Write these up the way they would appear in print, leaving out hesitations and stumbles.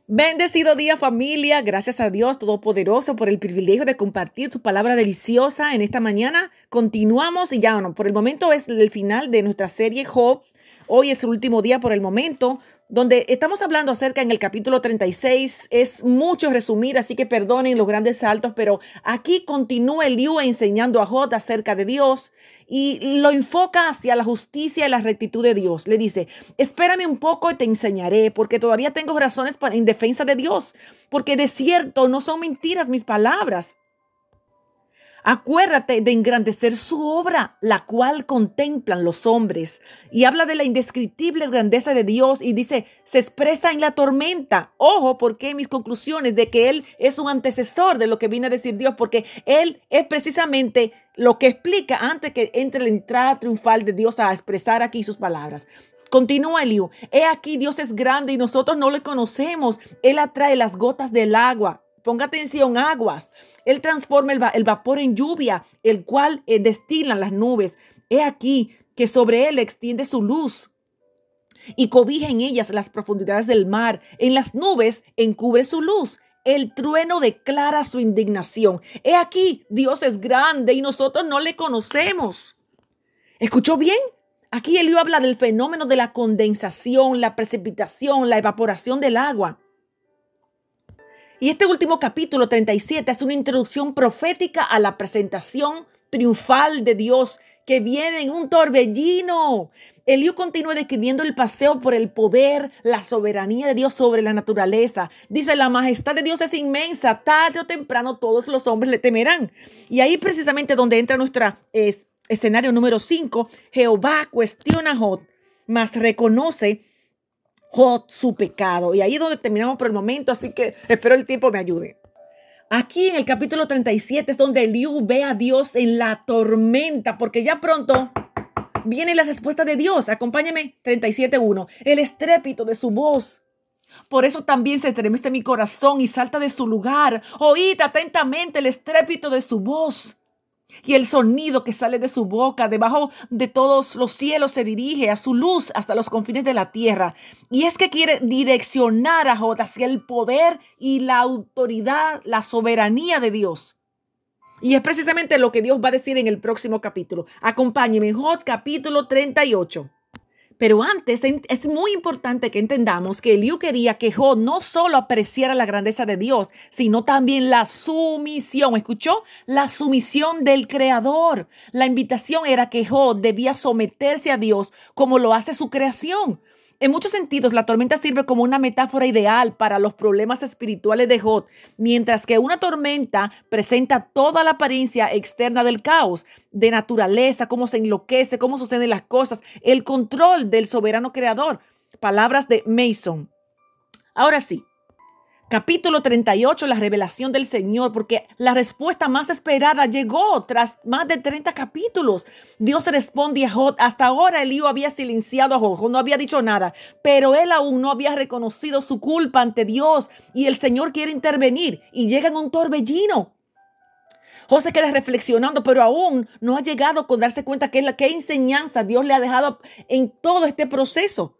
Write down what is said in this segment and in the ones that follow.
Bendecido día, familia. Gracias a Dios Todopoderoso por el privilegio de compartir tu palabra deliciosa en esta mañana. Continuamos y ya no, por el momento es el final de nuestra serie Job. Hoy es el último día por el momento, donde estamos hablando acerca en el capítulo 36. Es mucho resumir, así que perdonen los grandes saltos, pero aquí continúa Eliú enseñando a Job acerca de Dios y lo enfoca hacia la justicia y la rectitud de Dios. Le dice: espérame un poco y te enseñaré, porque todavía tengo razones en defensa de Dios, porque de cierto no son mentiras mis palabras. Acuérdate de engrandecer su obra, la cual contemplan los hombres. Y habla de la indescriptible grandeza de Dios y dice, se expresa en la tormenta. Ojo, porque mis conclusiones de que Él es un antecesor de lo que viene a decir Dios, porque Él es precisamente lo que explica antes que entre la entrada triunfal de Dios a expresar aquí sus palabras. Continúa Eliú: he aquí, Dios es grande y nosotros no le conocemos. Él atrae las gotas del agua. Ponga atención, aguas. Él transforma el vapor en lluvia, el cual destilan las nubes. He aquí que sobre él extiende su luz y cobija en ellas las profundidades del mar. En las nubes encubre su luz. El trueno declara su indignación. He aquí, Dios es grande y nosotros no le conocemos. ¿Escuchó bien? Aquí Eliú habla del fenómeno de la condensación, la precipitación, la evaporación del agua. Y este último capítulo 37 es una introducción profética a la presentación triunfal de Dios que viene en un torbellino. Eliú continúa describiendo el paseo por el poder, la soberanía de Dios sobre la naturaleza. Dice, la majestad de Dios es inmensa, tarde o temprano todos los hombres le temerán. Y ahí precisamente donde entra nuestro escenario número 5, Jehová cuestiona a Job, mas reconoce Job su pecado. Y ahí es donde terminamos por el momento, así que espero el tiempo me ayude. Aquí en el capítulo 37 es donde Eliú ve a Dios en la tormenta, porque ya pronto viene la respuesta de Dios. Acompáñame, 37:1. El estrépito de su voz. Por eso también se estremece mi corazón y salta de su lugar. Oíd atentamente el estrépito de su voz. Y el sonido que sale de su boca, debajo de todos los cielos, se dirige a su luz hasta los confines de la tierra. Y es que quiere direccionar a Job hacia el poder y la autoridad, la soberanía de Dios. Y es precisamente lo que Dios va a decir en el próximo capítulo. Acompáñenme, Job capítulo 38. Pero antes es muy importante que entendamos que Eliú quería que Job no solo apreciara la grandeza de Dios, sino también la sumisión. ¿Escuchó? La sumisión del Creador. La invitación era que Job debía someterse a Dios como lo hace su creación. En muchos sentidos, la tormenta sirve como una metáfora ideal para los problemas espirituales de Job, mientras que una tormenta presenta toda la apariencia externa del caos, de naturaleza, cómo se enloquece, cómo suceden las cosas, el control del soberano creador. Palabras de Mason. Ahora sí. Capítulo 38, la revelación del Señor, porque la respuesta más esperada llegó tras más de 30 capítulos. Dios responde a Job. Hasta ahora Eliú había silenciado a Job, no había dicho nada, pero él aún no había reconocido su culpa ante Dios y el Señor quiere intervenir y llega en un torbellino. Job se queda reflexionando, pero aún no ha llegado con darse cuenta qué enseñanza Dios le ha dejado en todo este proceso.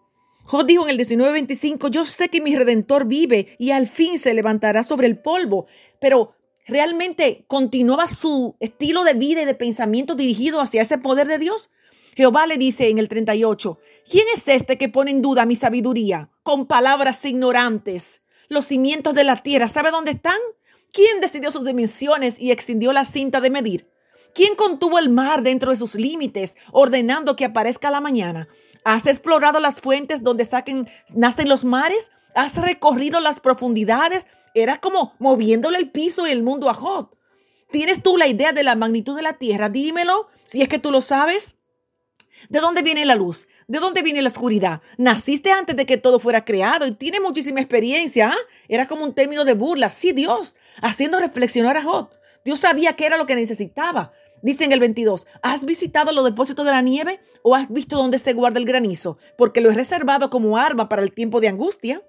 Job dijo en el 19:25, yo sé que mi Redentor vive y al fin se levantará sobre el polvo, pero ¿realmente continuaba su estilo de vida y de pensamiento dirigido hacia ese poder de Dios? Jehová le dice en el 38, ¿quién es este que pone en duda mi sabiduría con palabras ignorantes? Los cimientos de la tierra, ¿sabe dónde están? ¿Quién decidió sus dimensiones y extendió la cinta de medir? ¿Quién contuvo el mar dentro de sus límites, ordenando que aparezca la mañana? ¿Has explorado las fuentes donde nacen los mares? ¿Has recorrido las profundidades? Era como moviéndole el piso y el mundo a Job. ¿Tienes tú la idea de la magnitud de la tierra? Dímelo, si es que tú lo sabes. ¿De dónde viene la luz? ¿De dónde viene la oscuridad? Naciste antes de que todo fuera creado y tienes muchísima experiencia. ¿Ah? Era como un término de burla. Sí, Dios, haciendo reflexionar a Job. Dios sabía qué era lo que necesitaba. Dice en el 22, ¿has visitado los depósitos de la nieve o has visto dónde se guarda el granizo? Porque lo he reservado como arma para el tiempo de angustia.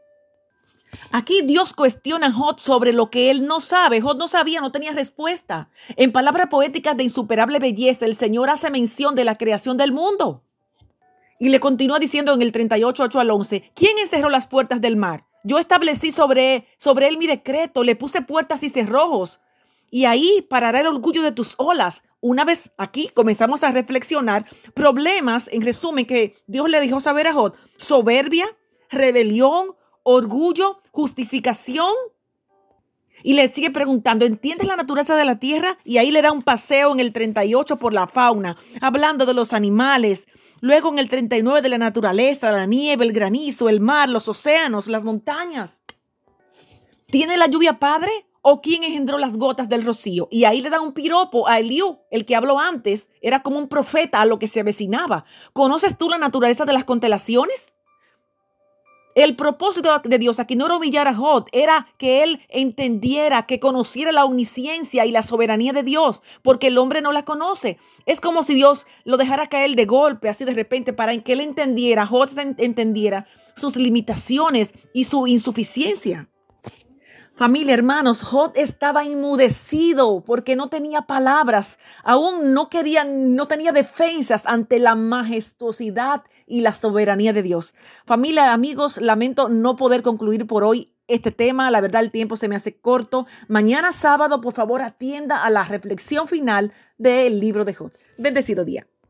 Aquí Dios cuestiona a Job sobre lo que él no sabe. Job no sabía, no tenía respuesta. En palabras poéticas de insuperable belleza, el Señor hace mención de la creación del mundo. Y le continúa diciendo en el 38:8 al 11, ¿quién encerró las puertas del mar? Yo establecí sobre él mi decreto, le puse puertas y cerrojos. Y ahí parará el orgullo de tus olas. Una vez aquí comenzamos a reflexionar problemas, en resumen, que Dios le dijo saber a Job: soberbia, rebelión, orgullo, justificación. Y le sigue preguntando, ¿entiendes la naturaleza de la tierra? Y ahí le da un paseo en el 38 por la fauna, hablando de los animales. Luego en el 39 de la naturaleza, la nieve, el granizo, el mar, los océanos, las montañas. ¿Tiene la lluvia padre? ¿O quién engendró las gotas del rocío? Y ahí le da un piropo a Eliú, el que habló antes. Era como un profeta a lo que se avecinaba. ¿Conoces tú la naturaleza de las constelaciones? El propósito de Dios aquí no era humillar a Job, era que él entendiera, que conociera la omnisciencia y la soberanía de Dios, porque el hombre no la conoce. Es como si Dios lo dejara caer de golpe, así de repente, para que él entendiera, Job entendiera sus limitaciones y su insuficiencia. Familia, hermanos, Job estaba enmudecido porque no tenía palabras. Aún no tenía defensas ante la majestuosidad y la soberanía de Dios. Familia, amigos, lamento no poder concluir por hoy este tema. La verdad, el tiempo se me hace corto. Mañana sábado, por favor, atienda a la reflexión final del libro de Job. Bendecido día.